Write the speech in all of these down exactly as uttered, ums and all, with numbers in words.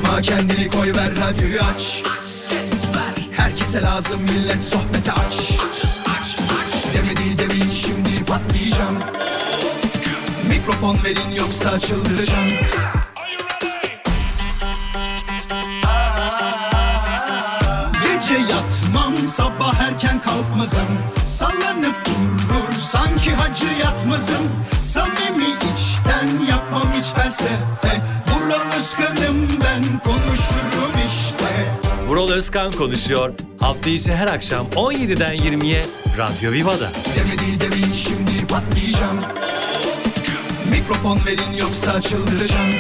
Sıkma kendini, koy ver radyoyu aç. Herkese lazım millet, sohbete aç. Demedi demin şimdi patlayacağım. Mikrofon verin yoksa çıldıracağım. Gece yatmam, sabah erken kalkmazım. Sallanıp durur sanki hacı yatmazım. Samimi içten yapmam hiç felsefe. Vural Özkan'ım ben, konuşurum işte. Vural Özkan konuşuyor. Hafta içi her akşam on yediden yirmiye Radyo Viva'da. Demedi demin şimdi patlayacağım. Mikrofon verin yoksa çıldıracağım.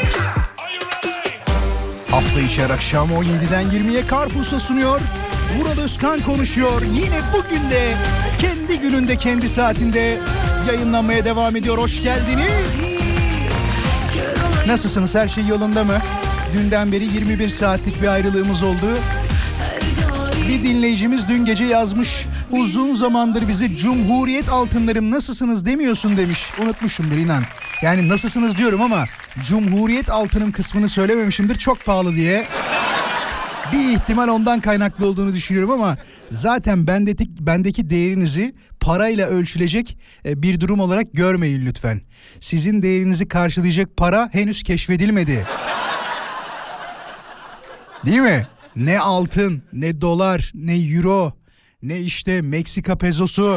Hafta içi her akşam on yediden yirmiye Karpuz'a sunuyor. Vural Özkan konuşuyor. Yine bugün de kendi gününde, kendi saatinde yayınlanmaya devam ediyor. Hoş geldiniz. Nasılsınız? Her şey yolunda mı? Dünden beri yirmi bir saatlik bir ayrılığımız oldu. Bir dinleyicimiz dün gece yazmış. Uzun zamandır bize Cumhuriyet altınlarım nasılsınız demiyorsun demiş. Unutmuşumdur inan. Yani nasılsınız diyorum ama Cumhuriyet altınım kısmını söylememişimdir, çok pahalı diye. Bir ihtimal ondan kaynaklı olduğunu düşünüyorum ama zaten bendeki, bendeki değerinizi parayla ölçülecek bir durum olarak görmeyin lütfen. Sizin değerinizi karşılayacak para henüz keşfedilmedi. Değil mi? Ne altın, ne dolar, ne euro, ne işte Meksika pezosu,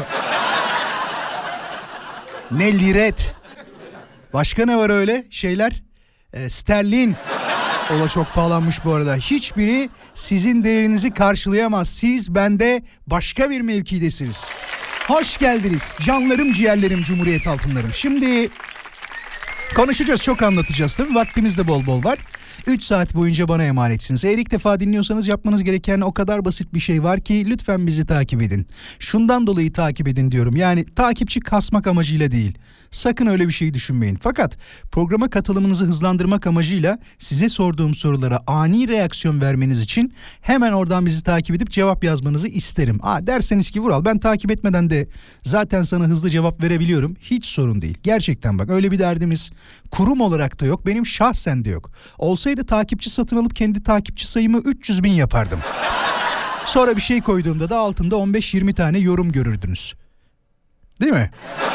ne liret. Başka ne var öyle şeyler? E, sterlin. O da çok pahalanmış bu arada. Hiçbiri sizin değerinizi karşılayamaz. Siz bende başka bir mevkidesiniz. Hoş geldiniz canlarım, ciğerlerim, Cumhuriyet altınlarım. Şimdi konuşacağız, çok anlatacağız tabii. Vaktimiz de bol bol var. üç saat boyunca bana emanetsiniz. Eğer ilk defa dinliyorsanız yapmanız gereken o kadar basit bir şey var ki lütfen bizi takip edin. Şundan dolayı takip edin diyorum. Yani takipçi kasmak amacıyla değil. Sakın öyle bir şey düşünmeyin. Fakat programa katılımınızı hızlandırmak amacıyla size sorduğum sorulara ani reaksiyon vermeniz için hemen oradan bizi takip edip cevap yazmanızı isterim. Aa, derseniz ki Vural ben takip etmeden de zaten sana hızlı cevap verebiliyorum. Hiç sorun değil. Gerçekten bak, öyle bir derdimiz kurum olarak da yok. Benim şahsen de yok. Olsaydı takipçi satın alıp kendi takipçi sayımı üç yüz bin yapardım. Sonra bir şey koyduğumda da altında on beş yirmi tane yorum görürdünüz. Değil mi?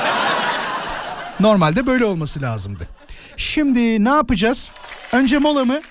Normalde böyle olması lazımdı. Şimdi ne yapacağız? Önce mola mı?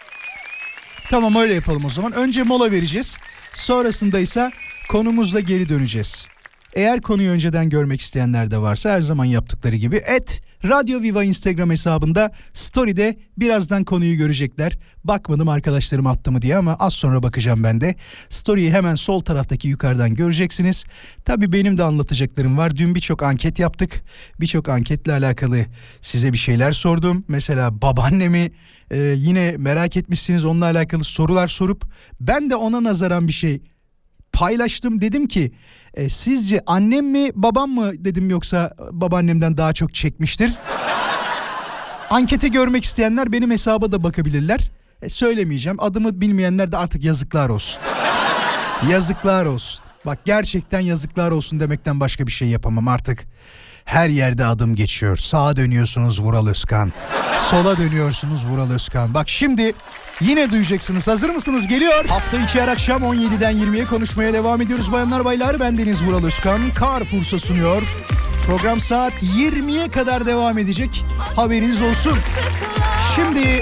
Tamam, öyle yapalım o zaman. Önce mola vereceğiz. Sonrasında ise konumuzla geri döneceğiz. Eğer konuyu önceden görmek isteyenler de varsa her zaman yaptıkları gibi et Radyo Viva Instagram hesabında story'de birazdan konuyu görecekler. Bakmadım arkadaşlarım attı mı diye ama az sonra bakacağım ben de. Story'yi hemen sol taraftaki yukarıdan göreceksiniz. Tabii benim de anlatacaklarım var. Dün birçok anket yaptık. Birçok anketle alakalı size bir şeyler sordum. Mesela babaannemi e, yine merak etmişsiniz, onunla alakalı sorular sorup ben de ona nazaran bir şey paylaştım. Dedim ki e, sizce annem mi babam mı dedim, yoksa babaannemden daha çok çekmiştir. Anketi görmek isteyenler benim hesaba da bakabilirler. E, söylemeyeceğim. Adımı bilmeyenler de artık yazıklar olsun. Yazıklar olsun. Bak gerçekten yazıklar olsun demekten başka bir şey yapamam artık. Her yerde adım geçiyor. Sağa dönüyorsunuz Vural Özkan. Sola dönüyorsunuz Vural Özkan. Bak şimdi yine duyacaksınız. Hazır mısınız? Geliyor. Hafta içi her akşam on yediden yirmiye konuşmaya devam ediyoruz. Bayanlar baylar, bendeniz Vural Özkan. Karpuz'a sunuyor. Program saat yirmiye kadar devam edecek. Haberiniz olsun. Şimdi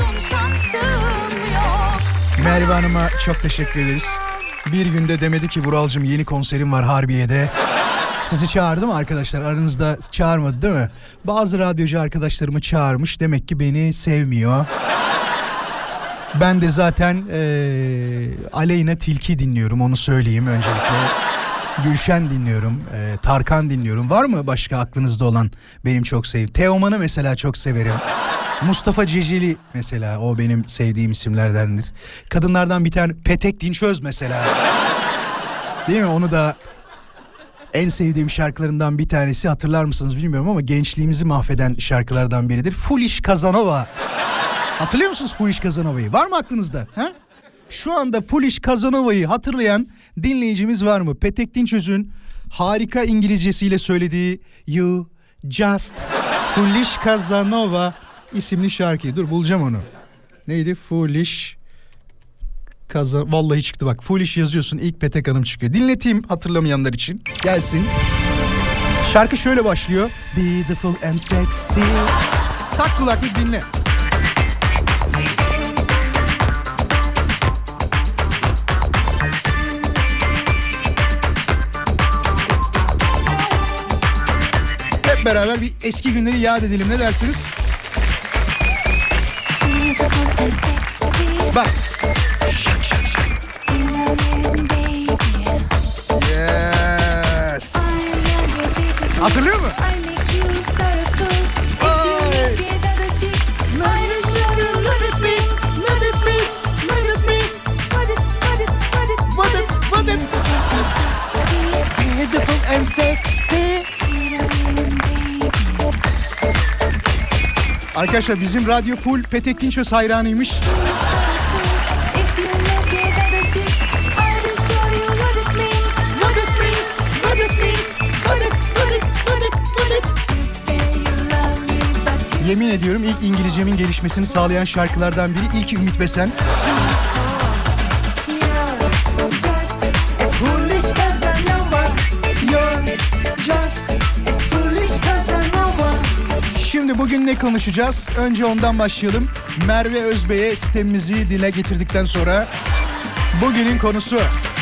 Merve Hanım'a çok teşekkür ederiz. Bir günde demedi ki Vuralcığım yeni konserim var Harbiye'de. Sizi çağırdı mı arkadaşlar? Aranızda çağırmadı değil mi? Bazı radyocu arkadaşlarımı çağırmış. Demek ki beni sevmiyor. Ben de zaten ee, Aleyna Tilki dinliyorum, onu söyleyeyim öncelikle. Gülşen dinliyorum, e, Tarkan dinliyorum. Var mı başka aklınızda olan benim çok sevdiğim? Teoman'ı mesela çok severim. Mustafa Ceceli mesela, o benim sevdiğim isimlerdendir. Kadınlardan bir tane Petek Dinçöz mesela. Değil mi? Onu da en sevdiğim şarkılarından bir tanesi, hatırlar mısınız bilmiyorum ama gençliğimizi mahveden şarkılardan biridir. Foolish Casanova. Hatırlıyor musunuz Foolish Casanova'yı? Var mı aklınızda? Ha? Şu anda Foolish Casanova'yı hatırlayan dinleyicimiz var mı? Petek Dinçöz'ün harika İngilizcesiyle söylediği You Just Foolish Casanova isimli şarkıyı. Dur bulacağım onu. Neydi? Foolish kazan... Vallahi çıktı bak. Foolish yazıyorsun. İlk Petek Hanım çıkıyor. Dinleteyim hatırlamayanlar için. Gelsin. Şarkı şöyle başlıyor. Beautiful and sexy. Tak kulaklık dinle. Hep beraber bir eski günleri yad edelim. Ne dersiniz? Bak. Şak şak şak. Yes. Hatırlıyor musun? Beautiful and sexy. Arkadaşlar bizim radyo full Petek Dinçöz hayranıymış. Yemin ediyorum ilk İngilizcemin gelişmesini sağlayan şarkılardan biri. İlki Ümit Besen. Şimdi bugün ne konuşacağız? Önce ondan başlayalım. Merve Özbey'e sistemimizi dile getirdikten sonra bugünün konusu.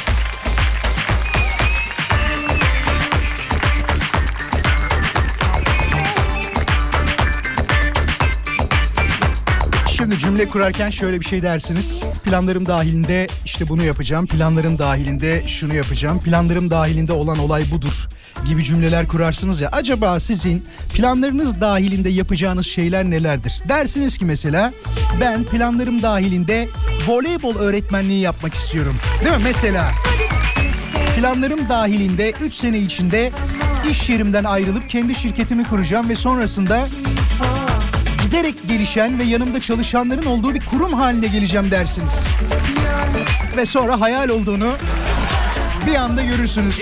Şimdi cümle kurarken şöyle bir şey dersiniz. Planlarım dahilinde işte bunu yapacağım. Planlarım dahilinde şunu yapacağım. Planlarım dahilinde olan olay budur gibi cümleler kurarsınız ya. Acaba sizin planlarınız dahilinde yapacağınız şeyler nelerdir? Dersiniz ki mesela ben planlarım dahilinde voleybol öğretmenliği yapmak istiyorum. Değil mi? Mesela planlarım dahilinde üç sene içinde iş yerimden ayrılıp kendi şirketimi kuracağım ve sonrasında giderek gelişen ve yanımda çalışanların olduğu bir kurum haline geleceğim dersiniz. Ve sonra hayal olduğunu bir anda görürsünüz.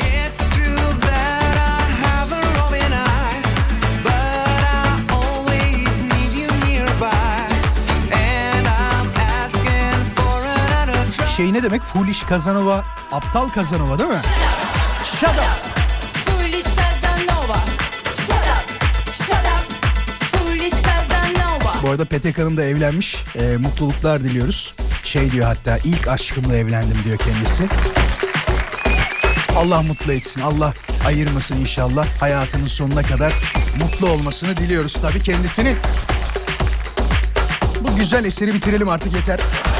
Şey ne demek? Foolish Kazanova, aptal Kazanova değil mi? Shut up. Foolish Kazanova. Shut up. Shut up. Foolish Kazanova. Bu arada Petek Hanım da evlenmiş. E, mutluluklar diliyoruz. Şey diyor hatta ilk aşkımla evlendim diyor kendisi. Allah mutlu etsin. Allah ayırmasın inşallah. Hayatının sonuna kadar mutlu olmasını diliyoruz tabii kendisini. Bu güzel eseri bitirelim artık yeter.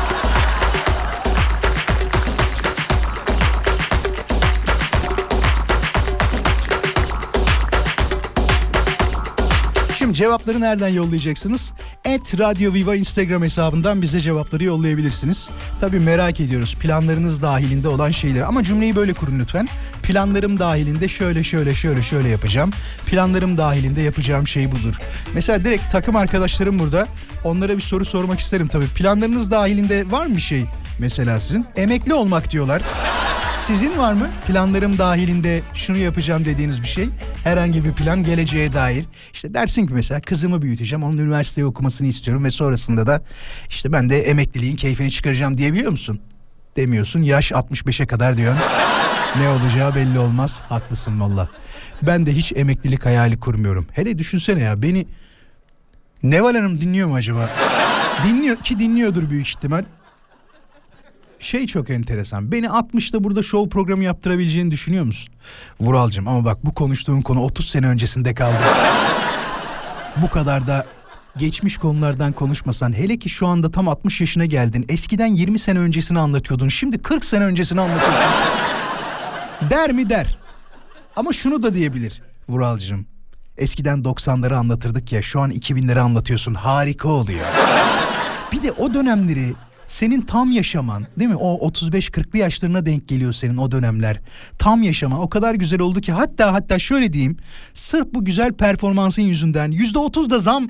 Şimdi cevapları nereden yollayacaksınız? et Radyo Viva Instagram hesabından bize cevapları yollayabilirsiniz. Tabii merak ediyoruz planlarınız dahilinde olan şeyleri. Ama cümleyi böyle kurun lütfen. Planlarım dahilinde şöyle şöyle şöyle şöyle yapacağım. Planlarım dahilinde yapacağım şey budur. Mesela direkt takım arkadaşlarım burada. Onlara bir soru sormak isterim tabii. Planlarınız dahilinde var mı bir şey? Mesela sizin emekli olmak diyorlar. Sizin var mı planlarım dahilinde şunu yapacağım dediğiniz bir şey? Herhangi bir plan geleceğe dair. İşte dersin ki mesela kızımı büyüteceğim, onun üniversiteye okumasını istiyorum ve sonrasında da işte ben de emekliliğin keyfini çıkaracağım diyebiliyor musun? Demiyorsun. Yaş altmış beşe kadar diyorsun. Ne olacağı belli olmaz. Haklısın valla. Ben de hiç emeklilik hayali kurmuyorum. Hele düşünsene ya, beni Neval Hanım dinliyor mu acaba? Dinliyor ki dinliyordur büyük ihtimal. Şey çok enteresan. Beni altmışta burada show programı yaptırabileceğini düşünüyor musun? Vuralcığım ama bak bu konuştuğun konu otuz sene öncesinde kaldı. Bu kadar da geçmiş konulardan konuşmasan, hele ki şu anda tam altmış yaşına geldin. Eskiden yirmi sene öncesini anlatıyordun. Şimdi kırk sene öncesini anlatıyorsun. Der mi der. Ama şunu da diyebilir Vuralcığım. Eskiden doksanları anlatırdık ya, şu an iki binleri anlatıyorsun. Harika oluyor. Bir de o dönemleri senin tam yaşaman, değil mi? O otuz beş kırklı yaşlarına denk geliyor senin o dönemler. Tam yaşaman o kadar güzel oldu ki hatta hatta şöyle diyeyim. Sırf bu güzel performansın yüzünden yüzde otuz da zam.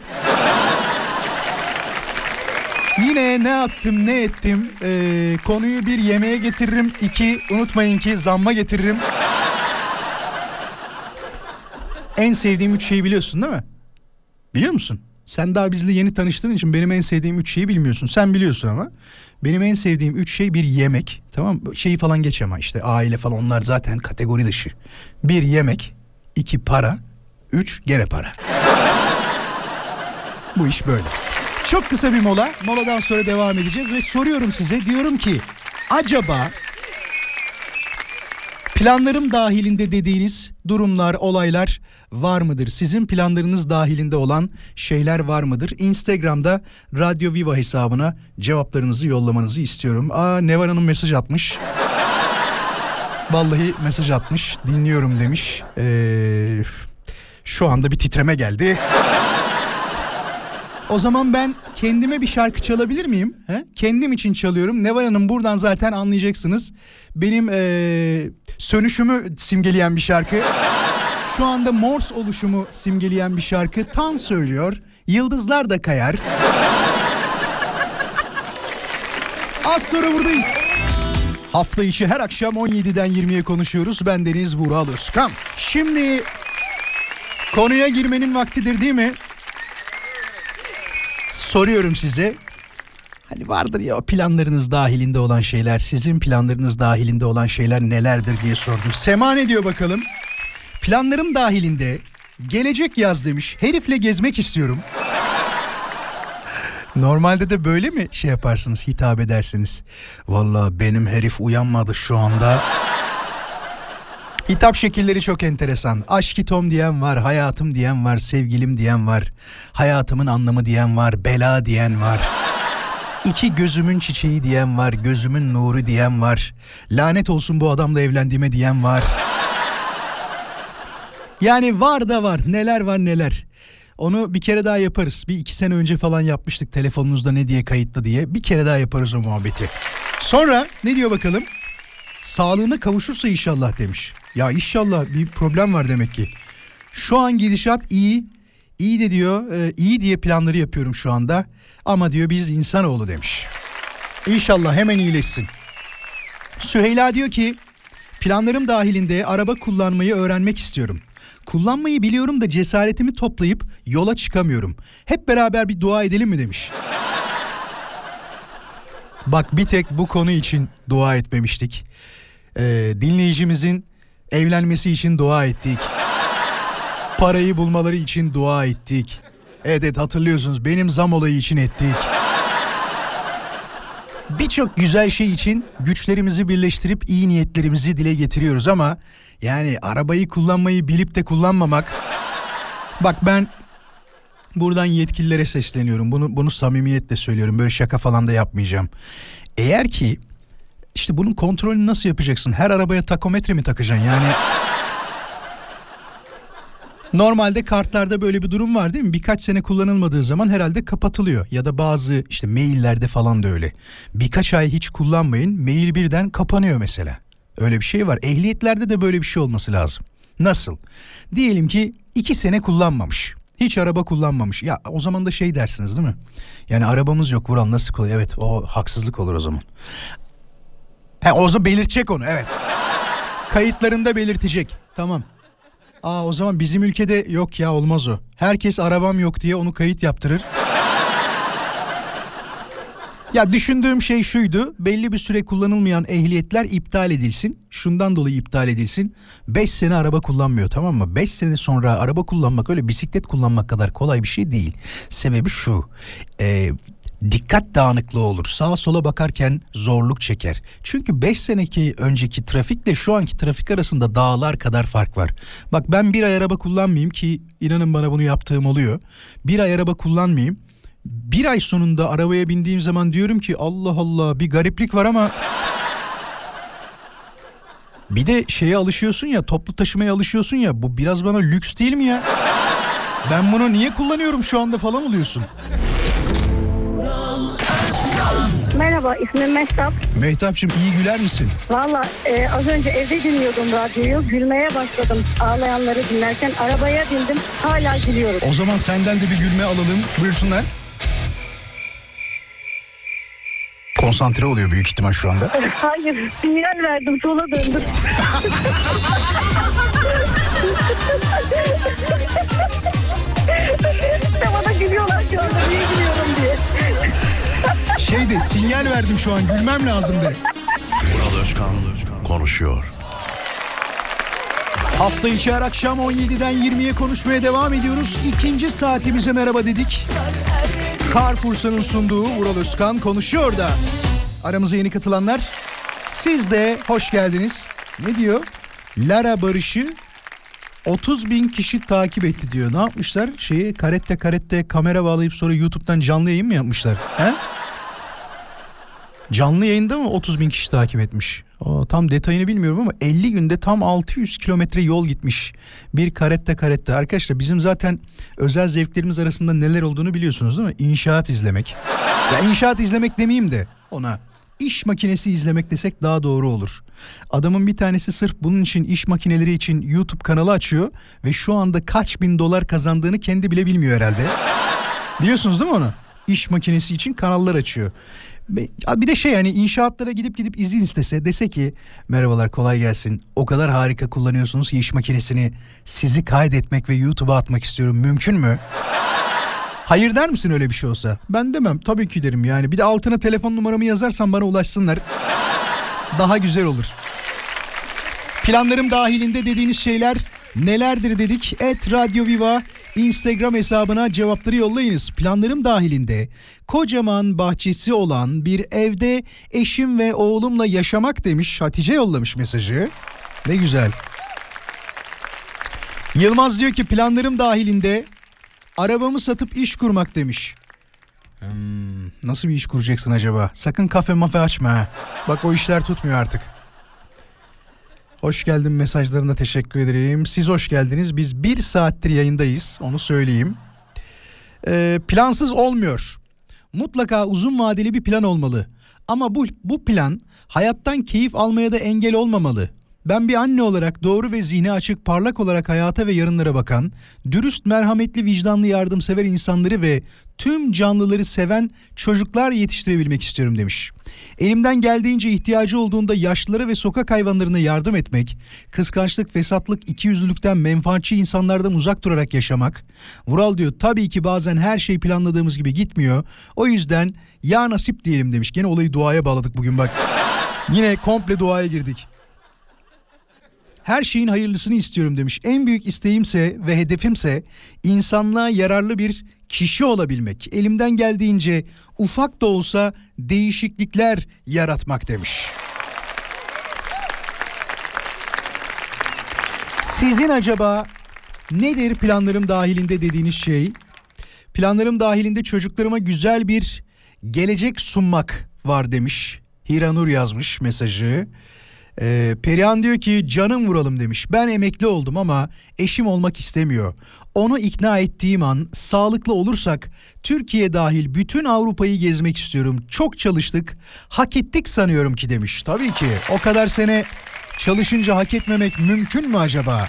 Yine ne yaptım ne ettim. Ee, konuyu bir yemeğe getiririm. İki unutmayın ki zamma getiririm. En sevdiğim üç şeyi biliyorsun değil mi? Biliyor musun? Sen daha bizle yeni tanıştığın için benim en sevdiğim üç şeyi bilmiyorsun. Sen biliyorsun ama. Benim en sevdiğim üç şey: bir yemek. Tamam mı? Şeyi falan geç ama işte aile falan, onlar zaten kategori dışı. Bir yemek. iki para. Üç gene para. Bu iş böyle. Çok kısa bir mola. Moladan sonra devam edeceğiz ve soruyorum size. Diyorum ki acaba planlarım dahilinde dediğiniz durumlar, olaylar var mıdır? Sizin planlarınız dahilinde olan şeyler var mıdır? Instagram'da Radyo Viva hesabına cevaplarınızı yollamanızı istiyorum. Aa, Nevan Hanım mesaj atmış. Vallahi mesaj atmış. Dinliyorum demiş. Ee, şu anda bir titreme geldi. O zaman ben kendime bir şarkı çalabilir miyim? He? Kendim için çalıyorum. Nevan Hanım, buradan zaten anlayacaksınız. Benim ee, sönüşümü simgeleyen bir şarkı. Şu anda Morse oluşumu simgeleyen bir şarkı. Tan söylüyor. Yıldızlar da kayar. Az sonra buradayız. Hafta içi her akşam on yediden yirmiye konuşuyoruz. Ben Deniz Vural Özkan. Şimdi konuya girmenin vaktidir değil mi? Soruyorum size. Hani vardır ya, planlarınız dahilinde olan şeyler, sizin planlarınız dahilinde olan şeyler nelerdir diye sordum. Sema ne diyor bakalım? Planlarım dahilinde gelecek yaz demiş. Herifle gezmek istiyorum. Normalde de böyle mi şey yaparsınız, hitap edersiniz? Vallahi benim herif uyanmadı şu anda. Hitap şekilleri çok enteresan. Aşkitom diyen var, hayatım diyen var, sevgilim diyen var, hayatımın anlamı diyen var, bela diyen var. İki gözümün çiçeği diyen var, gözümün nuru diyen var. Lanet olsun bu adamla evlendiğime diyen var. Yani var da var, neler var neler. Onu bir kere daha yaparız. Bir iki sene önce falan yapmıştık, telefonunuzda ne diye kayıtlı diye. Bir kere daha yaparız o muhabbeti. Sonra ne diyor bakalım? Sağlığına kavuşursa inşallah demiş. Ya inşallah, bir problem var demek ki. Şu an gidişat iyi. İyi de diyor, e, iyi diye planları yapıyorum şu anda. Ama diyor biz insanoğlu demiş. İnşallah hemen iyileşsin. Süheyla diyor ki planlarım dahilinde araba kullanmayı öğrenmek istiyorum. Kullanmayı biliyorum da cesaretimi toplayıp yola çıkamıyorum. Hep beraber bir dua edelim mi demiş. Bak, bir tek bu konu için dua etmemiştik. Ee, dinleyicimizin evlenmesi için dua ettik. Parayı bulmaları için dua ettik. Evet, evet hatırlıyorsunuz, benim zam olayı için ettik. Birçok güzel şey için güçlerimizi birleştirip iyi niyetlerimizi dile getiriyoruz ama yani arabayı kullanmayı bilip de kullanmamak. Bak, ben buradan yetkililere sesleniyorum. Bunu bunu samimiyetle söylüyorum. Böyle şaka falan da yapmayacağım. Eğer ki işte bunun kontrolünü nasıl yapacaksın? Her arabaya takometre mi takacaksın? Yani normalde kartlarda böyle bir durum var değil mi? Birkaç sene kullanılmadığı zaman herhalde kapatılıyor. Ya da bazı işte maillerde falan da öyle. Birkaç ay hiç kullanmayın, mail birden kapanıyor mesela. Öyle bir şey var. Ehliyetlerde de böyle bir şey olması lazım. Nasıl? Diyelim ki iki sene kullanmamış. Hiç araba kullanmamış. Ya o zaman da şey dersiniz değil mi? Yani arabamız yok Vural, nasıl oluyor? Evet, o haksızlık olur o zaman. He, o zaman belirtecek onu, evet. Kayıtlarında belirtecek. Tamam. Aa, o zaman bizim ülkede yok ya, olmaz o. Herkes arabam yok diye onu kayıt yaptırır. Ya düşündüğüm şey şuydu. Belli bir süre kullanılmayan ehliyetler iptal edilsin. Şundan dolayı iptal edilsin. beş sene araba kullanmıyor, tamam mı? beş sene sonra araba kullanmak öyle bisiklet kullanmak kadar kolay bir şey değil. Sebebi şu. Eee... Dikkat dağınıklığı olur. Sağa sola bakarken zorluk çeker. Çünkü beş seneki önceki trafikle şu anki trafik arasında dağlar kadar fark var. Bak, ben bir ay araba kullanmayayım ki inanın bana bunu yaptığım oluyor. Bir ay araba kullanmayayım. Bir ay sonunda arabaya bindiğim zaman diyorum ki Allah Allah, bir gariplik var ama... Bir de şeye alışıyorsun ya, toplu taşımaya alışıyorsun ya, bu biraz bana lüks değil mi ya? Ben bunu niye kullanıyorum şu anda falan oluyorsun. Merhaba, ismim Mehtap. Mehtapçığım, iyi güler misin? Valla e, az önce evde dinliyordum radyoyu. Gülmeye başladım ağlayanları dinlerken. Arabaya bindim, hala gülüyorum. O zaman senden de bir gülme alalım. Buyursunlar. Konsantre oluyor büyük ihtimal şu anda. Hayır, sinyal verdim, sola döndüm. İşte bana gülüyorlar. Şeyde sinyal verdim şu an, gülmem lazımdı. Vural Özkan konuşuyor. Hafta içi her akşam on yediden yirmiye konuşmaya devam ediyoruz. İkinci saatimize merhaba dedik. Carrefour'un sunduğu Vural Özkan konuşuyor da. Aramıza yeni katılanlar, siz de hoş geldiniz. Ne diyor? Lara Barış'ı otuz bin kişi takip etti diyor. Ne yapmışlar? Şeyi karette karette kamera bağlayıp sonra YouTube'dan canlı yayın mı yapmışlar? He? Canlı yayında mı otuz bin kişi takip etmiş? O, tam detayını bilmiyorum ama elli günde tam altı yüz kilometre yol gitmiş. Bir karette karette. Arkadaşlar bizim zaten özel zevklerimiz arasında neler olduğunu biliyorsunuz değil mi? İnşaat izlemek. Ya inşaat izlemek demeyeyim de ona iş makinesi izlemek desek daha doğru olur. Adamın bir tanesi sırf bunun için, iş makineleri için YouTube kanalı açıyor ve şu anda kaç bin dolar kazandığını kendi bile bilmiyor herhalde. Biliyorsunuz değil mi onu? İş makinesi için kanallar açıyor. Bir de şey, hani inşaatlara gidip gidip izin istese, dese ki merhabalar, kolay gelsin, o kadar harika kullanıyorsunuz ki iş makinesini, sizi kaydetmek ve YouTube'a atmak istiyorum, mümkün mü? Hayır der misin öyle bir şey olsa? Ben demem, tabii ki derim yani. Bir de altına telefon numaramı yazarsan bana ulaşsınlar. Daha güzel olur. Planlarım dahilinde dediğiniz şeyler nelerdir dedik. Et Radyo Viva Instagram hesabına cevapları yollayınız. Planlarım dahilinde kocaman bahçesi olan bir evde eşim ve oğlumla yaşamak demiş. Hatice yollamış mesajı. Ne güzel. Yılmaz diyor ki planlarım dahilinde arabamı satıp iş kurmak demiş. Hmm, nasıl bir iş kuracaksın acaba? Sakın kafe mafe açma ha. Bak o işler tutmuyor artık. Hoş geldin mesajlarına teşekkür ederim. Siz hoş geldiniz. Biz bir saattir yayındayız, onu söyleyeyim. Ee, plansız olmuyor. Mutlaka uzun vadeli bir plan olmalı. Ama bu, bu plan hayattan keyif almaya da engel olmamalı. Ben bir anne olarak doğru ve zihni açık, parlak olarak hayata ve yarınlara bakan, dürüst, merhametli, vicdanlı, yardımsever insanları ve tüm canlıları seven çocuklar yetiştirebilmek istiyorum demiş. Elimden geldiğince ihtiyacı olduğunda yaşlılara ve sokak hayvanlarına yardım etmek, kıskançlık, fesatlık, ikiyüzlülükten, menfaatçi insanlardan uzak durarak yaşamak. Vural diyor, tabii ki bazen her şey planladığımız gibi gitmiyor. O yüzden ya nasip diyelim demiş. Gene olayı duaya bağladık bugün bak. Yine komple duaya girdik. Her şeyin hayırlısını istiyorum demiş. En büyük isteğimse ve hedefimse insanlığa yararlı bir kişi olabilmek. Elimden geldiğince ufak da olsa değişiklikler yaratmak demiş. Sizin acaba nedir planlarım dahilinde dediğiniz şey? Planlarım dahilinde çocuklarıma güzel bir gelecek sunmak var demiş. Hiranur yazmış mesajı. Ee, Perihan diyor ki canım Vuralım demiş. Ben emekli oldum ama eşim olmak istemiyor. Onu ikna ettiğim an sağlıklı olursak Türkiye dahil bütün Avrupa'yı gezmek istiyorum. Çok çalıştık, hak ettik sanıyorum ki demiş. Tabii ki o kadar sene çalışınca hak etmemek mümkün mü acaba?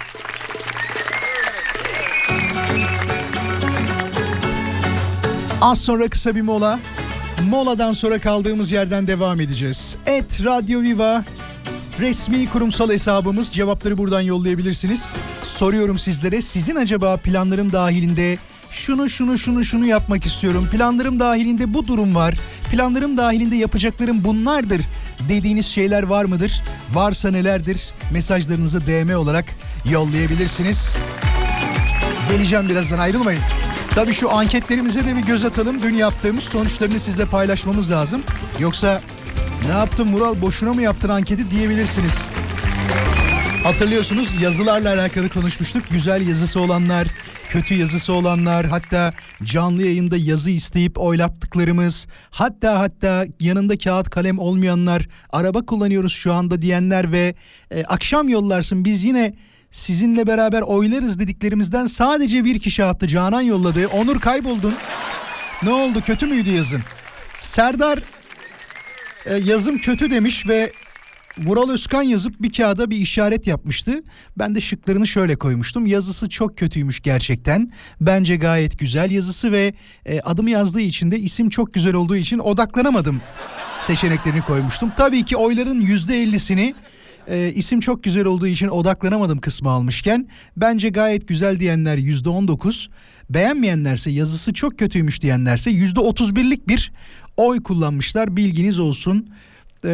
Az sonra kısa bir mola. Moladan sonra kaldığımız yerden devam edeceğiz. Et Radyo Viva resmi kurumsal hesabımız, cevapları buradan yollayabilirsiniz. Soruyorum sizlere, sizin acaba planlarım dahilinde şunu şunu şunu şunu yapmak istiyorum, planlarım dahilinde bu durum var, planlarım dahilinde yapacaklarım bunlardır dediğiniz şeyler var mıdır? Varsa nelerdir? Mesajlarınızı D M olarak yollayabilirsiniz. Geleceğim birazdan, ayrılmayın. Tabii şu anketlerimize de bir göz atalım. Dün yaptığımız sonuçlarını sizle paylaşmamız lazım. Yoksa ne yaptın Vural, boşuna mı yaptın anketi diyebilirsiniz. Hatırlıyorsunuz, yazılarla alakalı konuşmuştuk. Güzel yazısı olanlar, kötü yazısı olanlar, hatta canlı yayında yazı isteyip oylattıklarımız, hatta hatta yanında kağıt kalem olmayanlar, araba kullanıyoruz şu anda diyenler ve e, akşam yollarsın biz yine sizinle beraber oylarız dediklerimizden sadece bir kişi attı. Canan yolladı. Onur kayboldun. Ne oldu, kötü müydü yazın? Serdar e, yazım kötü demiş ve Vural Özkan yazıp bir kağıda bir işaret yapmıştı. Ben de şıklarını şöyle koymuştum. Yazısı çok kötüymüş gerçekten. Bence gayet güzel yazısı ve e, adımı yazdığı için de isim çok güzel olduğu için odaklanamadım seçeneklerini koymuştum. Tabii ki oyların yüzde ellisini e, isim çok güzel olduğu için odaklanamadım kısmı almışken. Bence gayet güzel diyenler yüzde on dokuz. Beğenmeyenlerse, yazısı çok kötüymüş diyenlerse yüzde otuz birlik bir oy kullanmışlar. Bilginiz olsun. Ee,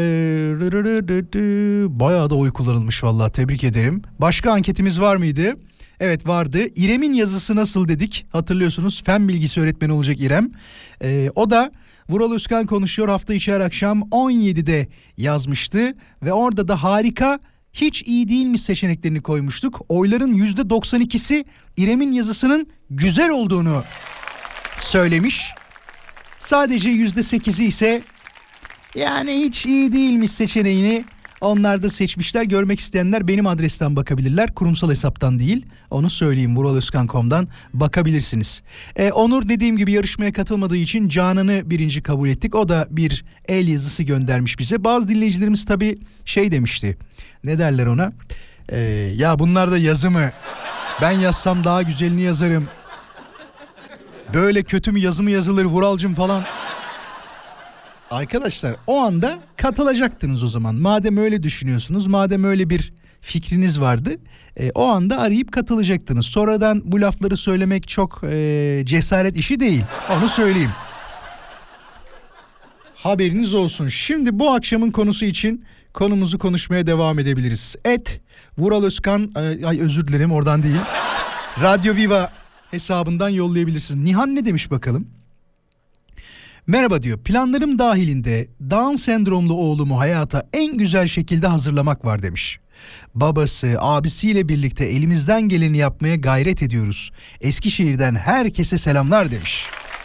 bayağı da oy kullanılmış vallahi, tebrik ederim. Başka anketimiz var mıydı? Evet vardı. İrem'in yazısı nasıl dedik, hatırlıyorsunuz, fen bilgisi öğretmeni olacak İrem. Ee, o da Vural Özkan konuşuyor hafta içi her akşam on yedide yazmıştı. Ve orada da harika, hiç iyi değilmiş seçeneklerini koymuştuk. Oyların yüzde doksan ikisi İrem'in yazısının güzel olduğunu söylemiş. Sadece yüzde sekizi ise yani hiç iyi değilmiş seçeneğini onlar da seçmişler. Görmek isteyenler benim adresten bakabilirler. Kurumsal hesaptan değil. Onu söyleyeyim, vural özkan nokta com'dan bakabilirsiniz. Ee, Onur dediğim gibi yarışmaya katılmadığı için Canan'ı birinci kabul ettik. O da bir el yazısı göndermiş bize. Bazı dinleyicilerimiz tabii şey demişti. Ne derler ona? Ee, ya bunlar da yazı mı? Ben yazsam daha güzelini yazarım. Böyle kötü mü yazı mı yazılır Vuralcım falan. Arkadaşlar o anda katılacaktınız o zaman. Madem öyle düşünüyorsunuz, madem öyle bir fikriniz vardı, e, o anda arayıp katılacaktınız. Sonradan bu lafları söylemek çok e, cesaret işi değil, onu söyleyeyim. Haberiniz olsun. Şimdi bu akşamın konusu için konumuzu konuşmaya devam edebiliriz. Et Vural Özkan, e, ay özür dilerim oradan değil. Radyo Viva hesabından yollayabilirsiniz. Nihan ne demiş bakalım? Merhaba diyor, planlarım dahilinde Down sendromlu oğlumu hayata en güzel şekilde hazırlamak var demiş. Babası, abisiyle birlikte elimizden geleni yapmaya gayret ediyoruz. Eskişehir'den herkese selamlar demiş.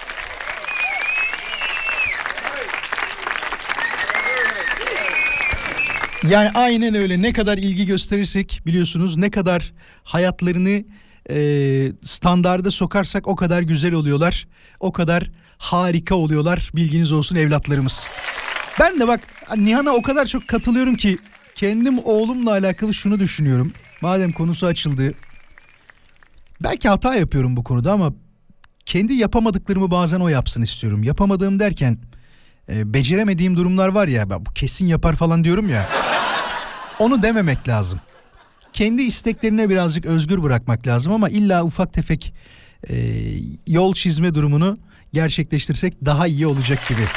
Yani aynen öyle, ne kadar ilgi gösterirsek biliyorsunuz, ne kadar hayatlarını e, standarda sokarsak o kadar güzel oluyorlar. O kadar harika oluyorlar, bilginiz olsun evlatlarımız. Ben de bak Nihan'a o kadar çok katılıyorum ki kendim oğlumla alakalı şunu düşünüyorum. Madem konusu açıldı, belki hata yapıyorum bu konuda ama kendi yapamadıklarımı bazen o yapsın istiyorum. Yapamadığım derken e, beceremediğim durumlar var ya, bu kesin yapar falan diyorum ya. Onu dememek lazım. Kendi isteklerine birazcık özgür bırakmak lazım ama illa ufak tefek e, yol çizme durumunu gerçekleştirsek daha iyi olacak gibi.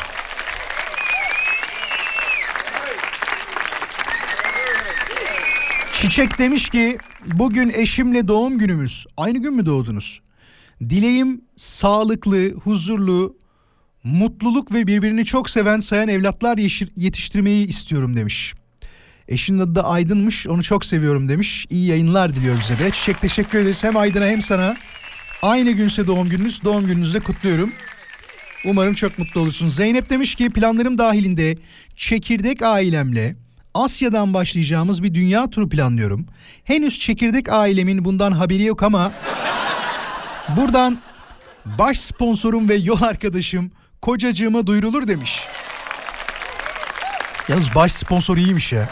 Çiçek demiş ki bugün eşimle doğum günümüz. Aynı gün mü doğdunuz? Dileğim sağlıklı, huzurlu, mutluluk ve birbirini çok seven, sayan evlatlar yetiştirmeyi istiyorum demiş. Eşinin adı da Aydın'mış, onu çok seviyorum demiş. İyi yayınlar diliyor bize de. Çiçek teşekkür ederiz hem Aydın'a hem sana. Aynı günse doğum gününüz, doğum gününüzü de kutluyorum. Umarım çok mutlu olursunuz. Zeynep demiş ki planlarım dahilinde çekirdek ailemle Asya'dan başlayacağımız bir dünya turu planlıyorum. Henüz çekirdek ailemin bundan haberi yok ama buradan baş sponsorum ve yol arkadaşım kocacığıma duyurulur demiş. Yalnız baş sponsor iyiymiş ya.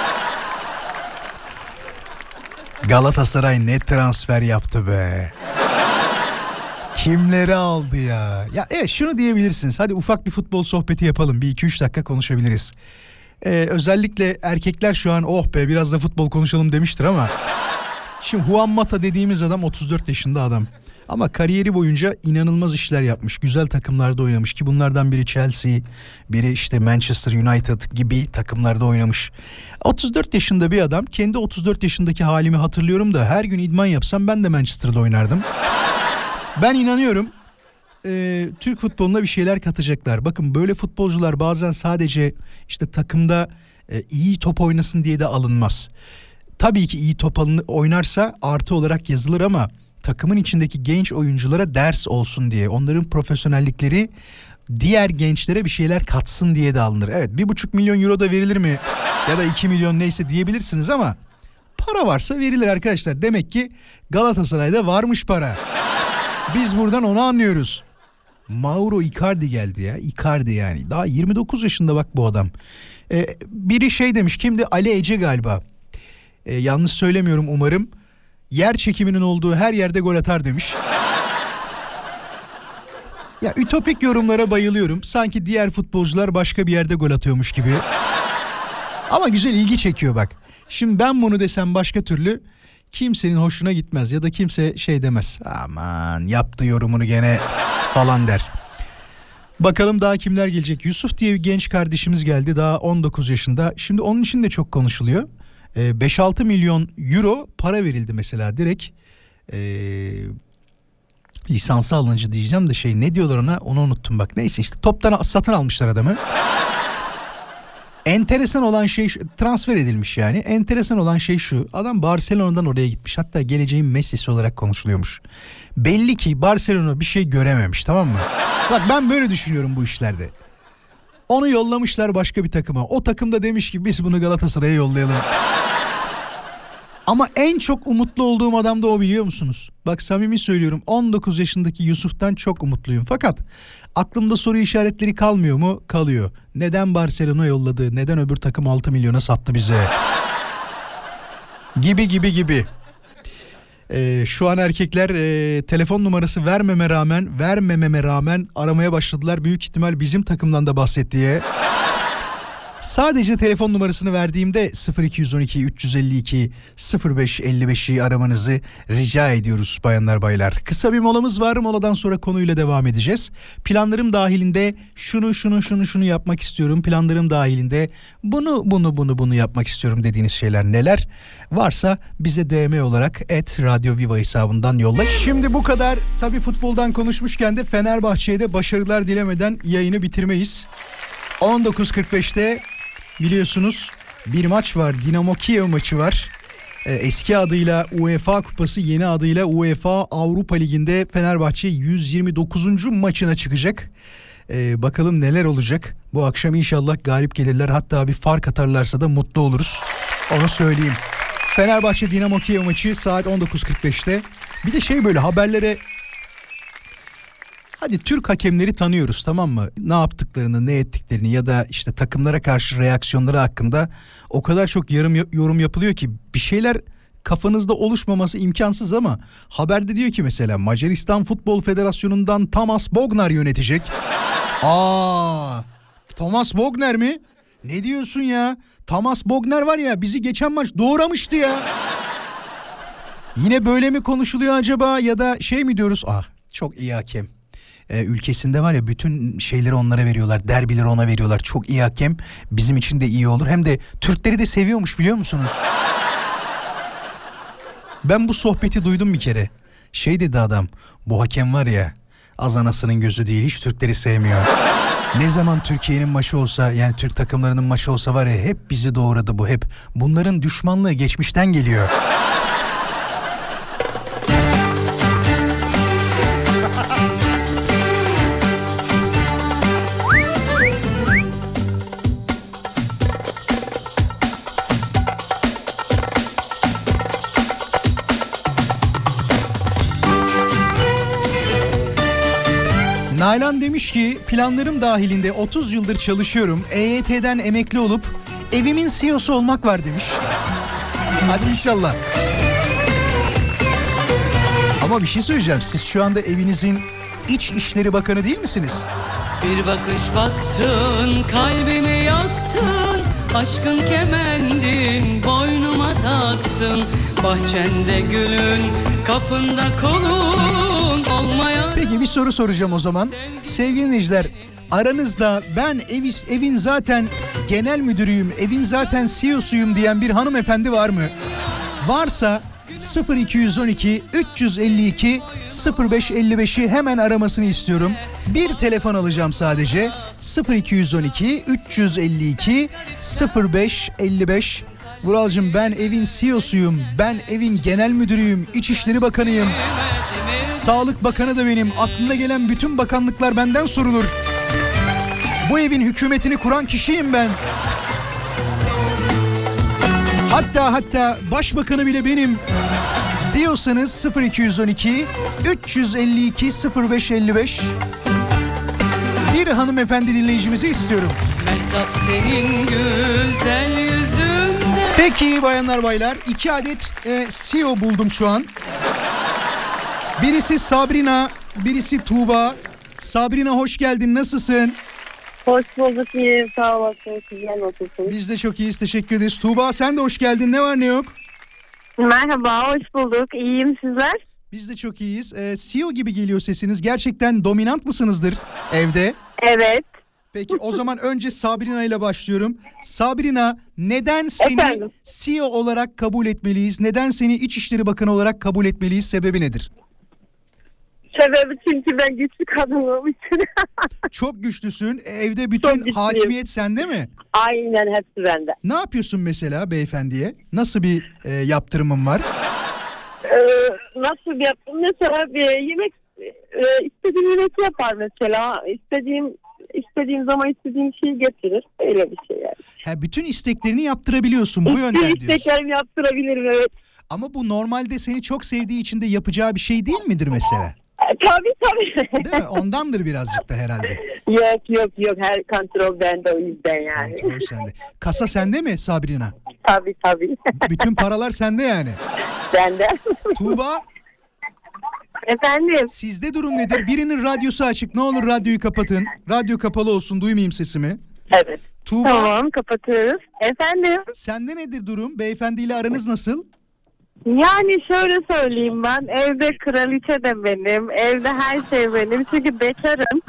Galatasaray ne transfer yaptı be. Kimleri aldı ya. Ya evet, şunu diyebilirsiniz. Hadi ufak bir futbol sohbeti yapalım. Bir iki üç dakika konuşabiliriz. Ee, özellikle erkekler şu an oh be biraz da futbol konuşalım demiştir ama. Şimdi Juan Mata dediğimiz adam otuz dört yaşında adam. Ama kariyeri boyunca inanılmaz işler yapmış. Güzel takımlarda oynamış ki bunlardan biri Chelsea, biri işte Manchester United gibi takımlarda oynamış. otuz dört yaşında bir adam. Kendi otuz dört yaşındaki halimi hatırlıyorum da her gün idman yapsam ben de Manchester'da oynardım. Ben inanıyorum e, Türk futboluna bir şeyler katacaklar. Bakın böyle futbolcular bazen sadece işte takımda e, iyi top oynasın diye de alınmaz. Tabii ki iyi top oynarsa artı olarak yazılır ama takımın içindeki genç oyunculara ders olsun diye, onların profesyonellikleri diğer gençlere bir şeyler katsın diye de alınır. Evet, bir buçuk milyon euro da verilir mi ya da iki milyon neyse diyebilirsiniz ama para varsa verilir arkadaşlar. Demek ki Galatasaray'da varmış para. Biz buradan onu anlıyoruz. Mauro Icardi geldi ya. Icardi yani. Daha yirmi dokuz yaşında bak bu adam. Ee, biri şey demiş. Kimdi? Ali Ece galiba. Ee, yanlış söylemiyorum umarım. Yer çekiminin olduğu her yerde gol atar demiş. Ya ütopik yorumlara bayılıyorum. Sanki diğer futbolcular başka bir yerde gol atıyormuş gibi. Ama güzel, ilgi çekiyor bak. Şimdi ben bunu desem başka türlü kimsenin hoşuna gitmez ya da kimse şey demez. Aman yaptı yorumunu gene falan der. Bakalım daha kimler gelecek. Yusuf diye bir genç kardeşimiz geldi, daha on dokuz yaşında. Şimdi onun için de çok konuşuluyor. Ee, beş altı milyon euro para verildi mesela direkt. Ee, lisansı alınca diyeceğim de şey ne diyorlar ona, onu unuttum bak. Neyse işte toptan satın almışlar adamı. Enteresan olan şey şu, transfer edilmiş yani. Enteresan olan şey şu, adam Barcelona'dan oraya gitmiş. Hatta geleceğin Messi'si olarak konuşuluyormuş. Belli ki Barcelona bir şey görememiş, tamam mı? Bak ben böyle düşünüyorum bu işlerde. Onu yollamışlar başka bir takıma. O takım da demiş ki biz bunu Galatasaray'a yollayalım. Ama en çok umutlu olduğum adam da o, biliyor musunuz? Bak samimi söylüyorum, on dokuz yaşındaki Yusuf'tan çok umutluyum. Fakat aklımda soru işaretleri kalmıyor mu? Kalıyor. Neden Barcelona yolladı? Neden öbür takım altı milyona sattı bize? Gibi gibi gibi. Ee, şu an erkekler e, telefon numarası vermeme rağmen, vermememe rağmen aramaya başladılar. Büyük ihtimal bizim takımdan da bahset diye. Sadece telefon numarasını verdiğimde sıfır iki on iki üç yüz elli iki sıfır beş elli beşi aramanızı rica ediyoruz bayanlar baylar. Kısa bir molamız var. Moladan sonra konuyla devam edeceğiz. Planlarım dahilinde şunu şunu şunu şunu yapmak istiyorum. Planlarım dahilinde bunu bunu bunu bunu yapmak istiyorum dediğiniz şeyler neler? Varsa bize D M olarak et Radyo Viva hesabından yolla. Şimdi bu kadar. Tabii futboldan konuşmuşken de Fenerbahçe'ye de başarılar dilemeden yayını bitirmeyiz. on dokuz kırk beşte biliyorsunuz bir maç var. Dinamo Kiev maçı var. Ee, eski adıyla UEFA Kupası, yeni adıyla UEFA Avrupa Ligi'nde Fenerbahçe yüz yirmi dokuzuncu maçına çıkacak. Ee, bakalım neler olacak. Bu akşam inşallah galip gelirler. Hatta bir fark atarlarsa da mutlu oluruz. Onu söyleyeyim. Fenerbahçe Dinamo Kiev maçı saat on dokuz kırk beşte. Bir de şey, böyle haberlere... Hadi Türk hakemleri tanıyoruz, tamam mı? Ne yaptıklarını, ne ettiklerini ya da işte takımlara karşı reaksiyonları hakkında o kadar çok yorum, yorum yapılıyor ki bir şeyler kafanızda oluşmaması imkansız, ama haberde diyor ki mesela Macaristan Futbol Federasyonu'ndan Thomas Bognar yönetecek. Aa, Thomas Bognar mi? Ne diyorsun ya? Thomas Bognar var ya, bizi geçen maç doğramıştı ya. Yine böyle mi konuşuluyor acaba, ya da şey mi diyoruz? Ah, çok iyi hakem. Ee, ülkesinde var ya, bütün şeyleri onlara veriyorlar, derbileri ona veriyorlar. Çok iyi hakem, bizim için de iyi olur. Hem de Türkleri de seviyormuş, biliyor musunuz? Ben bu sohbeti duydum bir kere. Şey dedi adam, bu hakem var ya, az anasının gözü değil, hiç Türkleri sevmiyor. Ne zaman Türkiye'nin maçı olsa, yani Türk takımlarının maçı olsa var ya, hep bizi doğradı bu, hep. Bunların düşmanlığı geçmişten geliyor. Nalan demiş ki planlarım dahilinde otuz yıldır çalışıyorum. E Y T'den emekli olup evimin C E O'su olmak var demiş. Hadi inşallah. Ama bir şey söyleyeceğim. Siz şu anda evinizin İç İşleri Bakanı değil misiniz? Bir bakış baktın, kalbimi yaktın. Aşkın kemendin, boynuma taktın. Bahçende gülün, kapında kolun olmayan... Peki bir soru soracağım o zaman. Sevgili dinleyiciler, aranızda ben ev, evin zaten genel müdürüyüm, evin zaten C E O'suyum diyen bir hanımefendi var mı? Varsa sıfır iki on iki üç yüz elli iki sıfır beş elli beşi hemen aramasını istiyorum. Bir telefon alacağım sadece. sıfır iki on iki üç yüz elli iki sıfır beş elli beş. Vuralcığım, ben evin C E O'suyum, ben evin genel müdürüyüm, İçişleri Bakanıyım, Sağlık Bakanı da benim, aklına gelen bütün bakanlıklar benden sorulur. Bu evin hükümetini kuran kişiyim ben. Hatta hatta başbakanı bile benim diyorsanız sıfır iki on iki üç yüz elli iki sıfır beş elli beş. Bir hanımefendi dinleyicimizi istiyorum. Mehtap senin güzel yüzünde. Peki bayanlar baylar, iki adet e, C E O buldum şu an. Birisi Sabrina, birisi Tuğba. Sabrina hoş geldin, nasılsın? Hoş bulduk, iyi, sağ olasın. Sizler nasılsınız? Biz de çok iyiyiz, teşekkür ederiz. Tuğba sen de hoş geldin, ne var ne yok? Merhaba, hoş bulduk. İyiyim, sizler? Biz de çok iyiyiz. Ee, C E O gibi geliyor sesiniz. Gerçekten dominant mısınızdır evde? Evet. Peki o zaman önce Sabrina ile başlıyorum. Sabrina, neden seni Efendim? C E O olarak kabul etmeliyiz? Neden seni İçişleri Bakanı olarak kabul etmeliyiz? Sebebi nedir? Sebebi çünkü ben güçlü kadınım için. Çok güçlüsün. Evde bütün güçlüyüm. hakimiyet sende mi? Aynen, hepsi bende. Ne yapıyorsun mesela beyefendiye? Nasıl bir e, yaptırımın var? Ee, nasıl bir yaptım? Mesela bir yemek e, istediğim yemek yapar mesela. İstediğim istediğim zaman istediğim şeyi getirir. Öyle bir şey yani. Ha, bütün isteklerini yaptırabiliyorsun. Bu yönden Bütün diyorsun. isteklerimi yaptırabilirim, evet. Ama bu normalde seni çok sevdiği için de yapacağı bir şey değil midir mesela? E, tabii tabii. Değil mi? Ondandır birazcık da herhalde. Yok yok yok, her kontrol bende, o yüzden yani. Kontrol sende. Kasa sende mi Sabrina? Tabii tabii. Bütün paralar sende yani. Bende. Tuğba, Efendim? sizde durum nedir? Birinin radyosu açık. Ne olur radyoyu kapatın. Radyo kapalı olsun, duymayayım sesimi. Evet. Tuğba, Tamam, kapatıyoruz. Efendim? sende nedir durum? Beyefendiyle aranız nasıl? Yani şöyle söyleyeyim, ben evde kraliçe de benim, evde her şey benim çünkü bekarım.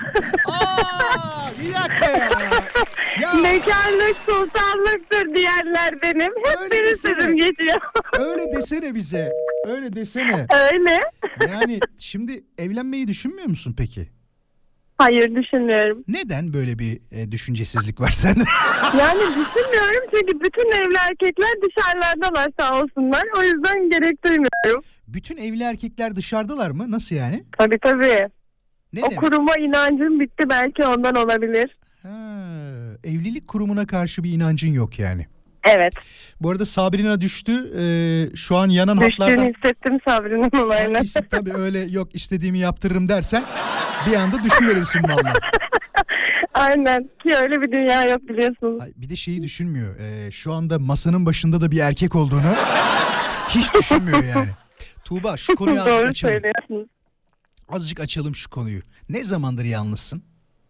Aa, bir dakika ya. Ya Bekarlık sultanlıktır diyenler benim. Hep Öyle benim desene. sözüm geçiyor. öyle desene bize. Öyle desene. Öyle. Yani şimdi evlenmeyi düşünmüyor musun peki? Hayır, düşünmüyorum. Neden böyle bir e, düşüncesizlik var sende? Yani düşünmüyorum çünkü bütün evli erkekler dışarılardalar sağ olsunlar. O yüzden gerek duymuyorum. Bütün evli erkekler dışarıdalar mı? Nasıl yani? Tabii tabii. Ne O demek? kuruma inancım bitti, belki ondan olabilir. Ha, evlilik kurumuna karşı bir inancın yok yani. Evet. Bu arada Sabrina düştü. Ee, şu an yanan Düştüğünü hatlardan... hissettim Sabri'nin olayını. Hangisi? Tabii öyle yok istediğimi yaptırırım dersen bir anda düşüverirsin vallahi. Aynen, ki öyle bir dünya yok biliyorsunuz. Ay, bir de şeyi düşünmüyor. Ee, şu anda masanın başında da bir erkek olduğunu hiç düşünmüyor yani. Tuğba, şu konuyu azıcık Doğru açalım. söylüyorsunuz. Azıcık açalım şu konuyu. Ne zamandır yalnızsın?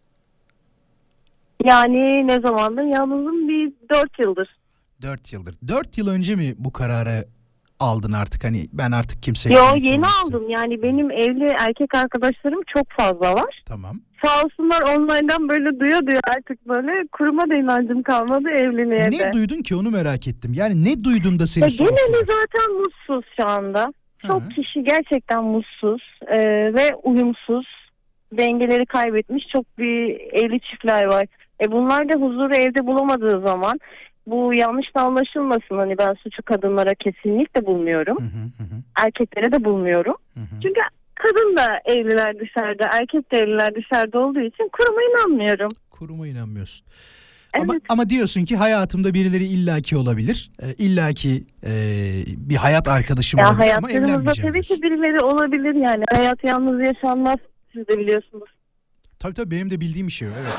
Yani ne zamandır? Yalnızım bir dört yıldır. Dört yıldır. Dört yıl önce mi bu kararı aldın artık? Hani ben artık kimseyle... Yo, birlikte yeni olmak aldım. istemiyorum. Yani benim evli erkek arkadaşlarım çok fazla var. Tamam. Sağ olsunlar, online'dan böyle duya duya artık böyle kuruma da inancım kalmadı, evliliğe de. Ne duydun ki, onu merak ettim. Yani ne duydun da seni Ya soğuttular? geneli zaten mutsuz şu anda. Çok Hı. kişi gerçekten mutsuz e, ve uyumsuz. Dengeleri kaybetmiş çok bir evli çiftler var. E bunlar da huzuru evde bulamadığı zaman, bu yanlış da anlaşılmasın, hani ben suçu kadınlara kesinlikle bulmuyorum. Hı hı hı. Erkeklere de bulmuyorum. Hı hı. Çünkü kadın da evliler dışarıda, erkek de evliler dışarıda olduğu için kuruma inanmıyorum. Kuruma inanmıyorsun. Evet. Ama, ama diyorsun ki hayatımda birileri illaki olabilir. E, illaki e, bir hayat arkadaşım Ya olabilir ama hayatlarımızda evlenmeyeceğim tabii diyorsun. ki birileri olabilir yani. Hayat yalnız yaşanmaz, siz de biliyorsunuz. Tabii tabii, benim de bildiğim bir şey o, evet.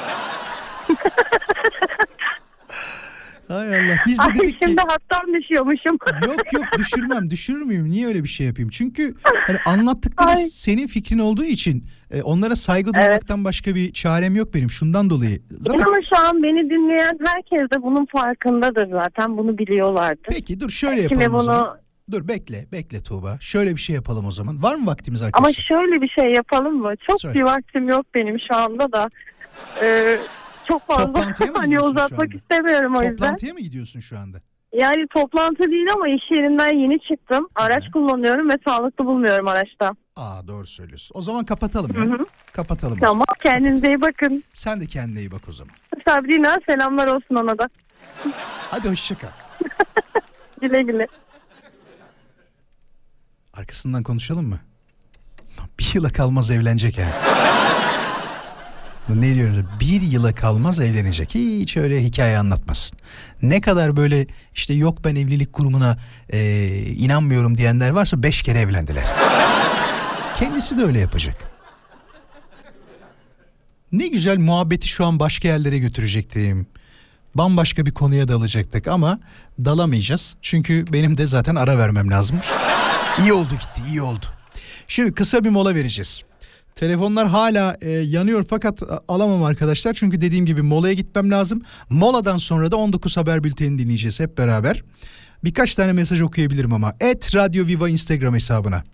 Hay Allah. Biz de Ay, dedik ki şimdi hattan düşüyormuşum. yok yok düşürmem, düşürür müyüm? Niye öyle bir şey yapayım? Çünkü hani anlattıkları Ay. senin fikrin olduğu için e, onlara saygı duymaktan başka bir çarem yok benim. Şundan dolayı. Zaten Ama şu an beni dinleyen herkes de bunun farkındadır zaten. Bunu biliyorlardır. peki dur şöyle yapalım Kimi o zaman. bunu... Dur bekle, bekle Tuğba. Şöyle bir şey yapalım o zaman. Var mı vaktimiz Ama arkadaşlar? şöyle bir şey yapalım mı? Çok Söyle. bir vaktim yok benim şu anda da. Ee, çok fazla Toplantıya mı hani gidiyorsun şu uzatmak anda? istemiyorum o yüzden. Toplantıya mı gidiyorsun şu anda? Yani toplantı değil ama iş yerinden yeni çıktım. Araç Hı. kullanıyorum ve sağlıklı bulmuyorum araçta. Aa, doğru söylüyorsun. O zaman kapatalım ya. Hı hı. Kapatalım. o zaman. Tamam, kendinize iyi bakın. Sen de kendine iyi bak o zaman. Sabrina, selamlar olsun ona da. Hadi hoşça kal. Güle güle. Arkasından konuşalım mı? Bir yıla kalmaz evlenecek yani. Ne diyoruz? Bir yıla kalmaz evlenecek. Hiç öyle hikaye anlatmasın. Ne kadar böyle işte yok ben evlilik kurumuna e, inanmıyorum diyenler varsa beş kere evlendiler. Kendisi de öyle yapacak. Ne güzel muhabbeti şu an başka yerlere götürecektim. Bambaşka bir konuya dalacaktık ama dalamayacağız. Çünkü benim de zaten ara vermem lazımmış. İyi oldu gitti, iyi oldu. Şimdi kısa bir mola vereceğiz. Telefonlar hala e, yanıyor fakat a, alamam arkadaşlar. Çünkü dediğim gibi molaya gitmem lazım. Moladan sonra da on dokuz Haber Bülteni dinleyeceğiz hep beraber. Birkaç tane mesaj okuyabilirim ama. Et Radyo Viva Instagram hesabına.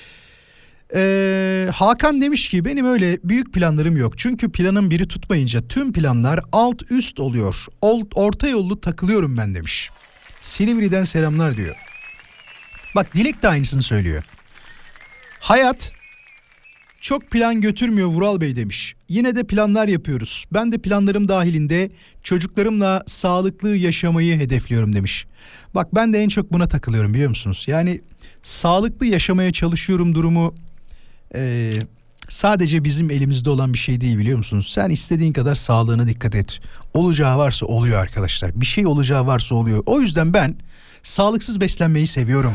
Ee, Hakan demiş ki benim öyle büyük planlarım yok. Çünkü planın biri tutmayınca tüm planlar alt üst oluyor. Orta yollu takılıyorum ben demiş. Silivri'den selamlar diyor. Bak Dilek de aynısını söylüyor. Hayat çok plan götürmüyor Vural Bey demiş. Yine de planlar yapıyoruz. Ben de planlarım dahilinde çocuklarımla sağlıklı yaşamayı hedefliyorum demiş. Bak ben de en çok buna takılıyorum biliyor musunuz? Yani sağlıklı yaşamaya çalışıyorum durumu e, sadece bizim elimizde olan bir şey değil biliyor musunuz? Sen istediğin kadar sağlığına dikkat et. Olacağı varsa oluyor arkadaşlar. Bir şey olacağı varsa oluyor. O yüzden ben sağlıksız beslenmeyi seviyorum.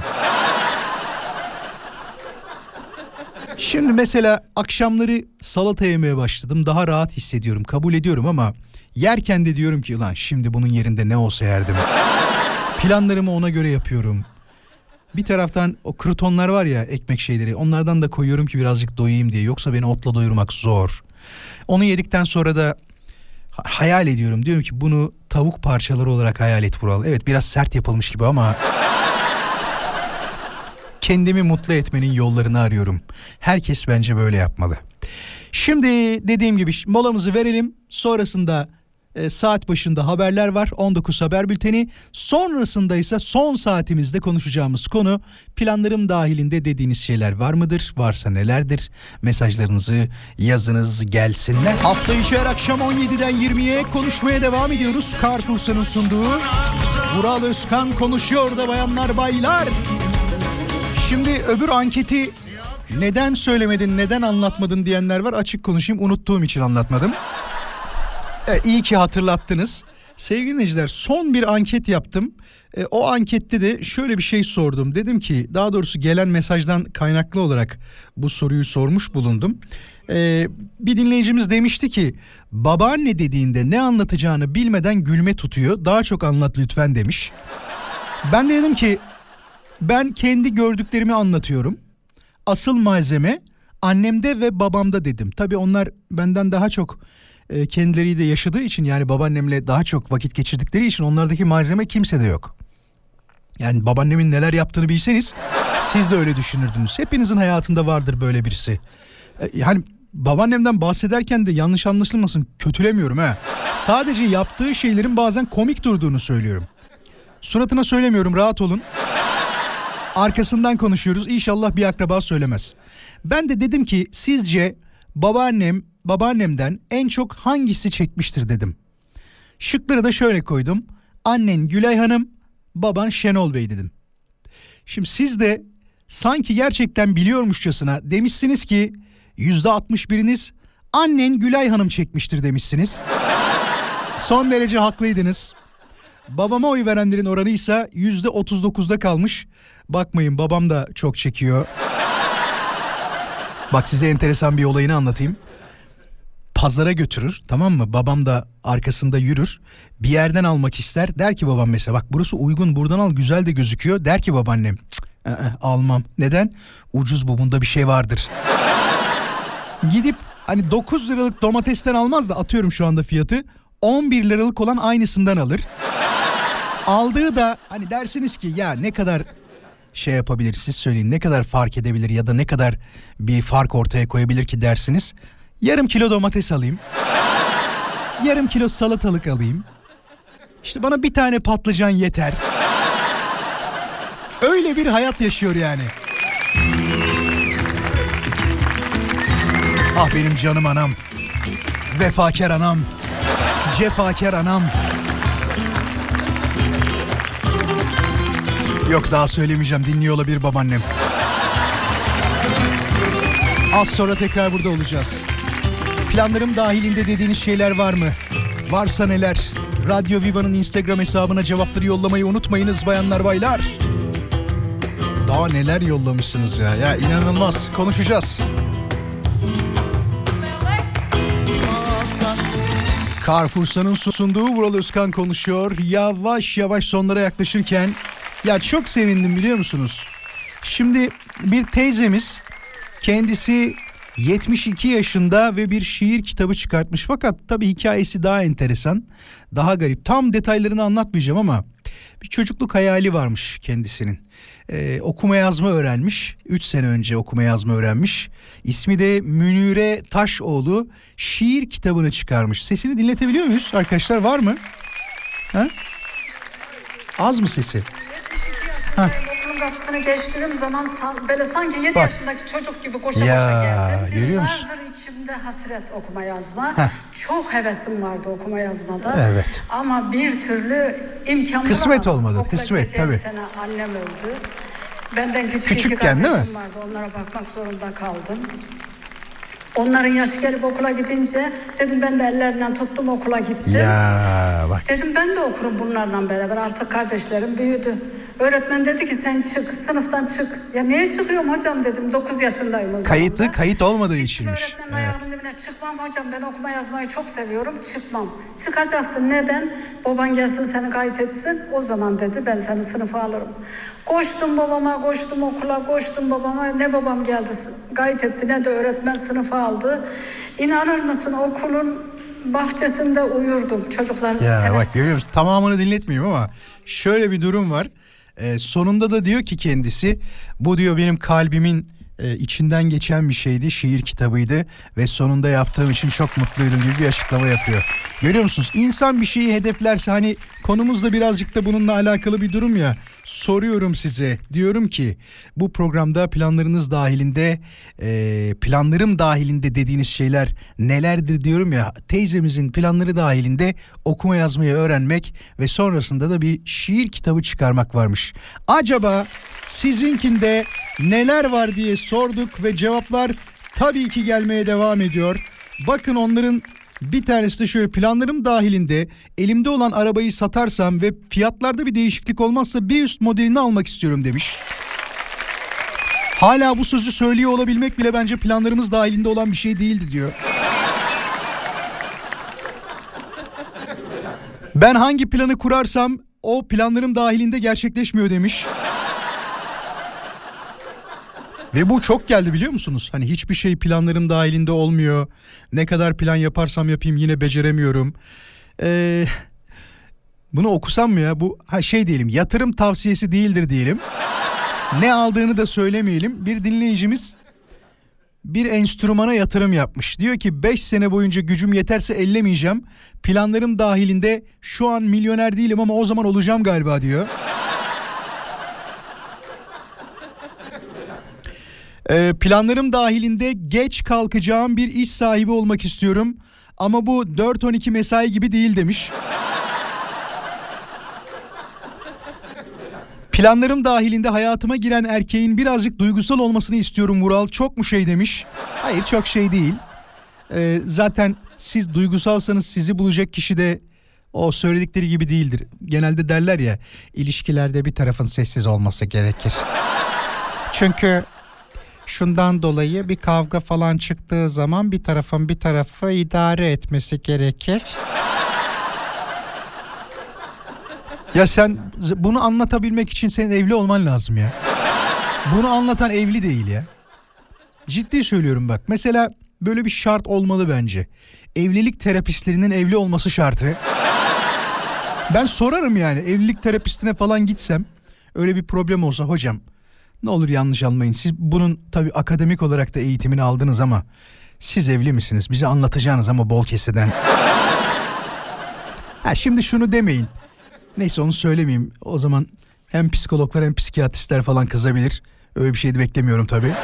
Şimdi mesela akşamları salata yemeye başladım. Daha rahat hissediyorum, kabul ediyorum ama yerken de diyorum ki ulan şimdi bunun yerinde ne olsa yerdim. Planlarımı ona göre yapıyorum. Bir taraftan o krutonlar var ya, ekmek şeyleri, onlardan da koyuyorum ki birazcık doyayım diye. Yoksa beni otla doyurmak zor. Onu yedikten sonra da hayal ediyorum. Diyorum ki bunu tavuk parçaları olarak hayal et Vural. Evet biraz sert yapılmış gibi ama kendimi mutlu etmenin yollarını arıyorum. Herkes bence böyle yapmalı. Şimdi dediğim gibi molamızı verelim. Sonrasında e, saat başında haberler var. on dokuz Haber Bülteni. Sonrasında ise son saatimizde konuşacağımız konu planlarım dahilinde dediğiniz şeyler var mıdır? Varsa nelerdir? Mesajlarınızı yazınız gelsinler. Hafta içi her akşam on yediden yirmiye konuşmaya devam ediyoruz. Carrefour'un sunduğu Vural Özkan konuşuyor da bayanlar baylar. Şimdi öbür anketi neden söylemedin, neden anlatmadın diyenler var. Açık konuşayım, unuttuğum için anlatmadım. Evet, iyi ki hatırlattınız. Sevgili dinleyiciler, son bir anket yaptım. E, o ankette de şöyle bir şey sordum. Dedim ki, daha doğrusu gelen mesajdan kaynaklı olarak bu soruyu sormuş bulundum. E, bir dinleyicimiz demişti ki babaanne dediğinde ne anlatacağını bilmeden gülme tutuyor. Daha çok anlat lütfen demiş. Ben de dedim ki ben kendi gördüklerimi anlatıyorum. Asıl malzeme annemde ve babamda dedim. Tabii onlar benden daha çok e, kendileriyle yaşadığı için, yani babaannemle daha çok vakit geçirdikleri için onlardaki malzeme kimsede yok. Yani babaannemin neler yaptığını bilseniz siz de öyle düşünürdünüz. Hepinizin hayatında vardır böyle birisi. E, yani babaannemden bahsederken de yanlış anlaşılmasın, kötülemiyorum ha. Sadece yaptığı şeylerin bazen komik durduğunu söylüyorum. Suratına söylemiyorum, rahat olun. Arkasından konuşuyoruz. İnşallah bir akraba söylemez. Ben de dedim ki sizce babaannem, babaannemden en çok hangisi çekmiştir dedim. Şıkları da şöyle koydum. Annen Gülay Hanım, baban Şenol Bey dedim. Şimdi siz de sanki gerçekten biliyormuşçasına demişsiniz ki yüzde altmış biriniz annen Gülay Hanım çekmiştir demişsiniz. Son derece haklıydınız. Babama oy verenlerin oranı ise yüzde otuz dokuzda kalmış. Bakmayın, babam da çok çekiyor. Bak size enteresan bir olayını anlatayım. Pazara götürür, tamam mı? Babam da arkasında yürür. Bir yerden almak ister. Der ki babam mesela, bak burası uygun, buradan al, güzel de gözüküyor. Der ki babaannem, ı-ı, almam. Neden? Ucuz bu, bunda bir şey vardır. Gidip hani dokuz liralık domatesten almaz da, atıyorum şu anda fiyatı, on bir liralık olan aynısından alır. Aldığı da hani dersiniz ki ya ne kadar şey yapabilir, siz söyleyin, ne kadar fark edebilir ya da ne kadar bir fark ortaya koyabilir ki dersiniz. Yarım kilo domates alayım. Yarım kilo salatalık alayım. İşte bana bir tane patlıcan yeter. Öyle bir hayat yaşıyor yani. Ah benim canım anam. Vefakar anam. Cefakar anam. Yok daha söylemeyeceğim, dinliyor olabilir babaannem. Az sonra tekrar burada olacağız. Planlarım dahilinde dediğiniz şeyler var mı? Varsa neler? Radyo Viva'nın Instagram hesabına cevapları yollamayı unutmayınız bayanlar baylar. Daha neler yollamışsınız ya. Ya inanılmaz. Konuşacağız. Carrefour'un sunduğu Vural Özkan konuşuyor. Yavaş yavaş sonlara yaklaşırken ya çok sevindim biliyor musunuz? Şimdi bir teyzemiz, kendisi yetmiş iki yaşında ve bir şiir kitabı çıkartmış. Fakat tabii hikayesi daha enteresan, daha garip. Tam detaylarını anlatmayacağım ama bir çocukluk hayali varmış kendisinin. Ee, okuma yazma öğrenmiş. üç sene önce okuma yazma öğrenmiş. İsmi de Münire Taşoğlu. Şiir kitabını çıkarmış. Sesini dinletebiliyor muyuz arkadaşlar, var mı? Ha? Az mı sesi? yetmiş iki yaşındayım. Okulun kapısını geçtiğim zaman böyle sanki yedi Bak. yaşındaki çocuk gibi koşa Ya, koşa geldim. görüyor musun? Yıllardır içimde hasret okuma yazma. Heh. Çok hevesim vardı okuma yazmada. Evet. Ama bir türlü imkan Kısmet bulamadım. olmadı, Okula kısmet, gideceğim tabii. sene annem öldü. Benden küçük Küçükken, iki değil mi? kardeşim vardı. Onlara bakmak zorunda kaldım. Onların yaşı gelip okula gidince dedim ben de ellerinden tuttum, okula gittim. Ya bak. Dedim ben de okurum bunlarla beraber, artık kardeşlerim büyüdü. Öğretmen dedi ki sen çık, sınıftan çık. Ya niye çıkıyorum hocam dedim, dokuz yaşındayım o zaman. Kayıtlı da. kayıt olmadığı Gittim içinmiş. öğretmenin Evet. ayağının dibine, çıkmam hocam ben okuma yazmayı çok seviyorum, çıkmam. Çıkacaksın, neden? Baban gelsin seni kayıt etsin, o zaman dedi ben seni sınıfa alırım. Koştum babama, koştum okula, koştum babama. Ne babam geldi kayıt etti ne de öğretmen sınıfa aldı. İnanır mısın okulun bahçesinde uyurdum, çocuklar Ya bak teneffüs. görüyor musun? Tamamını dinletmeyeyim ama şöyle bir durum var. Ee, sonunda da diyor ki kendisi, bu diyor benim kalbimin e, içinden geçen bir şeydi, şiir kitabıydı ve sonunda yaptığım için çok mutluydum gibi bir açıklama yapıyor. Görüyor musunuz? İnsan bir şeyi hedeflerse, hani konumuzda birazcık da bununla alakalı bir durum ya, soruyorum size, diyorum ki bu programda planlarınız dahilinde e, planlarım dahilinde dediğiniz şeyler nelerdir diyorum ya. Teyzemizin planları dahilinde okuma yazmayı öğrenmek ve sonrasında da bir şiir kitabı çıkarmak varmış. Acaba sizinkinde neler var diye sorduk ve cevaplar tabii ki gelmeye devam ediyor. Bakın onların bir tanesi de şöyle: planlarım dahilinde elimde olan arabayı satarsam ve fiyatlarda bir değişiklik olmazsa bir üst modelini almak istiyorum demiş. Hala bu sözü söylüyor olabilmek bile bence planlarımız dahilinde olan bir şey değildi diyor. Ben hangi planı kurarsam o planlarım dahilinde gerçekleşmiyor demiş. Ve bu çok geldi biliyor musunuz? Hani hiçbir şey planlarım dahilinde olmuyor. Ne kadar plan yaparsam yapayım yine beceremiyorum. Ee, bunu okusam mı ya? Bu ha şey diyelim, yatırım tavsiyesi değildir diyelim. Ne aldığını da söylemeyelim. Bir dinleyicimiz bir enstrümana yatırım yapmış. Diyor ki beş sene boyunca gücüm yeterse ellemeyeceğim. Planlarım dahilinde şu an milyoner değilim ama o zaman olacağım galiba diyor. Ee, planlarım dahilinde geç kalkacağım bir iş sahibi olmak istiyorum. Ama bu dört on iki mesai gibi değil demiş. Planlarım dahilinde hayatıma giren erkeğin birazcık duygusal olmasını istiyorum Vural. Çok mu şey demiş? Hayır, çok şey değil. Ee, zaten siz duygusalsanız sizi bulacak kişi de o söyledikleri gibi değildir. Genelde derler ya, ilişkilerde bir tarafın sessiz olması gerekir. Çünkü şundan dolayı bir kavga falan çıktığı zaman bir tarafın bir tarafı idare etmesi gerekir. Ya sen bunu anlatabilmek için senin evli olman lazım ya. Bunu anlatan evli değil ya. Ciddi söylüyorum bak. Mesela böyle bir şart olmalı bence. Evlilik terapistlerinin evli olması şartı. Ben sorarım yani, evlilik terapistine falan gitsem, öyle bir problem olsa, hocam ne olur yanlış almayın, siz bunun tabii akademik olarak da eğitimini aldınız ama siz evli misiniz? Bize anlatacağınız ama bol keseden. Ha şimdi şunu demeyin. Neyse onu söylemeyeyim. O zaman hem psikologlar hem psikiyatristler falan kızabilir. Öyle bir şey de beklemiyorum tabii.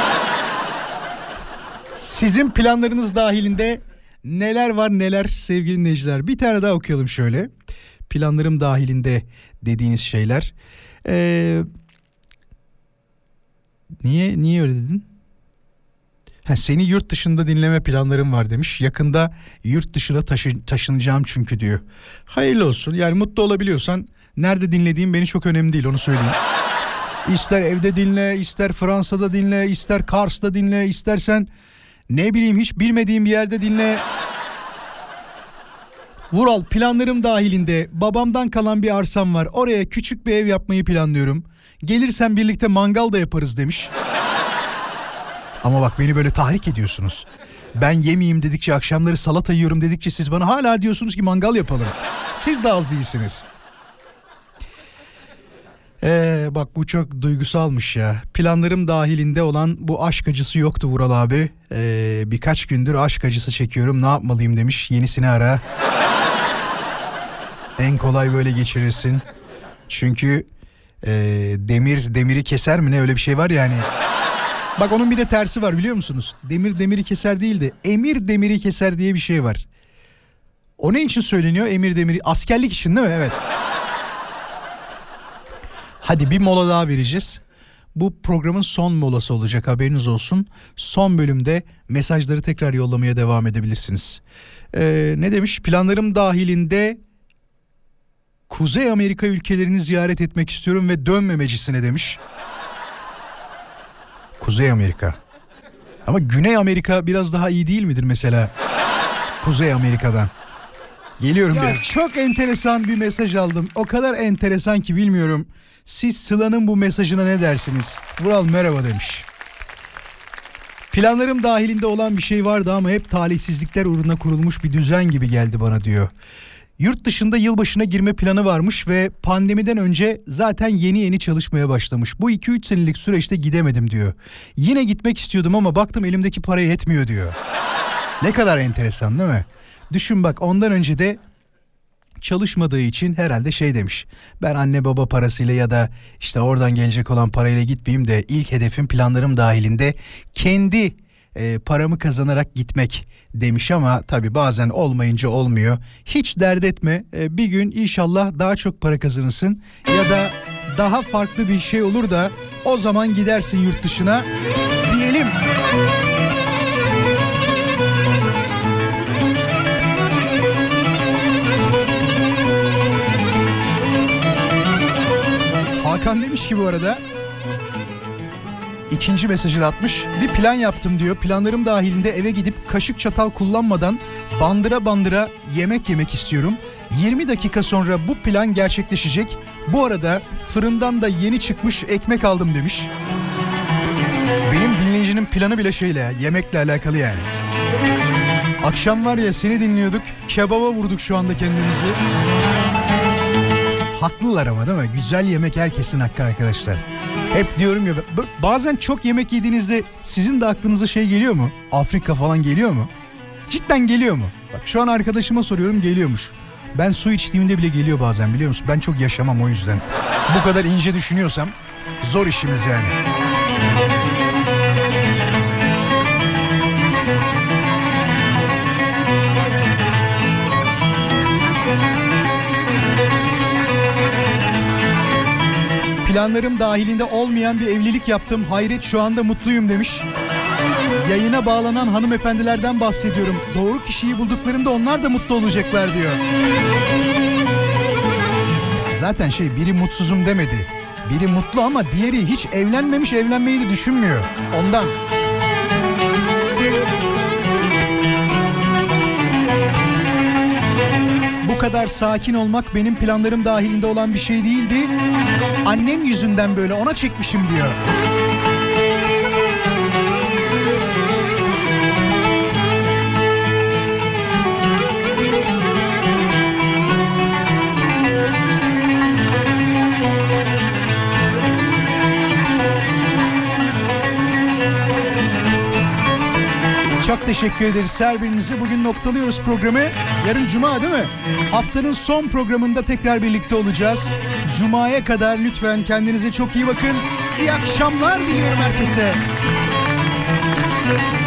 Sizin planlarınız dahilinde neler var neler sevgili dinleyiciler. Bir tane daha okuyalım şöyle. Planlarım dahilinde dediğiniz şeyler. Ee, niye niye öyle dedin? Ha, seni yurt dışında dinleme planlarım var demiş. Yakında yurt dışına taşı, taşınacağım çünkü diyor. Hayırlı olsun. Yani mutlu olabiliyorsan nerede dinlediğim beni çok önemli değil, onu söyleyeyim. İster evde dinle, ister Fransa'da dinle, ister Kars'ta dinle, istersen ne bileyim hiç bilmediğim bir yerde dinle. Vural, planlarım dahilinde babamdan kalan bir arsam var. Oraya küçük bir ev yapmayı planlıyorum. Gelirsen birlikte mangal da yaparız demiş. Ama bak beni böyle tahrik ediyorsunuz. Ben yemeyeyim dedikçe, akşamları salata yiyorum dedikçe siz bana hala diyorsunuz ki mangal yapalım. Siz de az değilsiniz. Ee, bak bu çok duygusalmış ya. Planlarım dahilinde olan bu aşk acısı yoktu Vural abi. Ee, birkaç gündür aşk acısı çekiyorum, ne yapmalıyım demiş. Yenisini ara. En kolay böyle geçirirsin. Çünkü e, demir demiri keser mi ne, öyle bir şey var yani. Bak onun bir de tersi var biliyor musunuz? Demir demiri keser değil de emir demiri keser diye bir şey var. O ne için söyleniyor emir demiri? Askerlik için değil mi? Evet. Hadi bir mola daha vereceğiz. Bu programın son molası olacak, haberiniz olsun. Son bölümde mesajları tekrar yollamaya devam edebilirsiniz. Ee, ne demiş? Planlarım dahilinde Kuzey Amerika ülkelerini ziyaret etmek istiyorum ve dönmemecisine demiş. Kuzey Amerika. Ama Güney Amerika biraz daha iyi değil midir mesela? Kuzey Amerika'dan. Geliyorum ya biraz. Çok enteresan bir mesaj aldım. O kadar enteresan ki bilmiyorum. Siz Sıla'nın bu mesajına ne dersiniz? Vural merhaba demiş. Planlarım dahilinde olan bir şey vardı ama hep talihsizlikler uğruna kurulmuş bir düzen gibi geldi bana diyor. Yurt dışında yılbaşına girme planı varmış ve pandemiden önce zaten yeni yeni çalışmaya başlamış. Bu iki üç senelik süreçte gidemedim diyor. Yine gitmek istiyordum ama baktım elimdeki para yetmiyor diyor. Ne kadar enteresan değil mi? Düşün bak, ondan önce de çalışmadığı için herhalde şey demiş. Ben anne baba parasıyla ya da işte oradan gelecek olan parayla gitmeyeyim de ilk hedefim planlarım dahilinde kendi e, paramı kazanarak gitmek demiş ama tabii bazen olmayınca olmuyor. Hiç dert etme, e, bir gün inşallah daha çok para kazanırsın ya da daha farklı bir şey olur da o zaman gidersin yurt dışına diyelim. Hakan demiş ki bu arada, ikinci mesajını atmış. Bir plan yaptım diyor. Planlarım dahilinde eve gidip kaşık çatal kullanmadan bandıra bandıra yemek yemek istiyorum. yirmi dakika sonra bu plan gerçekleşecek. Bu arada fırından da yeni çıkmış ekmek aldım demiş. Benim dinleyicinin planı bile şeyle ya, yemekle alakalı yani. Akşam var ya seni dinliyorduk, kebaba vurduk şu anda kendimizi. Haklılar ama değil mi? Güzel yemek herkesin hakkı arkadaşlar. Hep diyorum ya, bazen çok yemek yediğinizde sizin de aklınıza şey geliyor mu? Afrika falan geliyor mu? Cidden geliyor mu? Bak şu an arkadaşıma soruyorum, geliyormuş. Ben su içtiğimde bile geliyor bazen, biliyor musun? Ben çok yaşamam o yüzden. Bu kadar ince düşünüyorsam zor işimiz yani. Planlarım dahilinde olmayan bir evlilik yaptım. Hayret şu anda mutluyum demiş. Yayına bağlanan hanımefendilerden bahsediyorum. Doğru kişiyi bulduklarında onlar da mutlu olacaklar diyor. Zaten şey, biri mutsuzum demedi. Biri mutlu ama diğeri hiç evlenmemiş, evlenmeyi de düşünmüyor. Ondan. Bu kadar sakin olmak benim planlarım dahilinde olan bir şey değildi. Annem yüzünden böyle ona çekmişim diyor. Çok teşekkür ederiz her birinize. Bugün noktalıyoruz programı. Yarın Cuma değil mi? Haftanın son programında tekrar birlikte olacağız. Cuma'ya kadar lütfen kendinize çok iyi bakın. İyi akşamlar diliyorum herkese.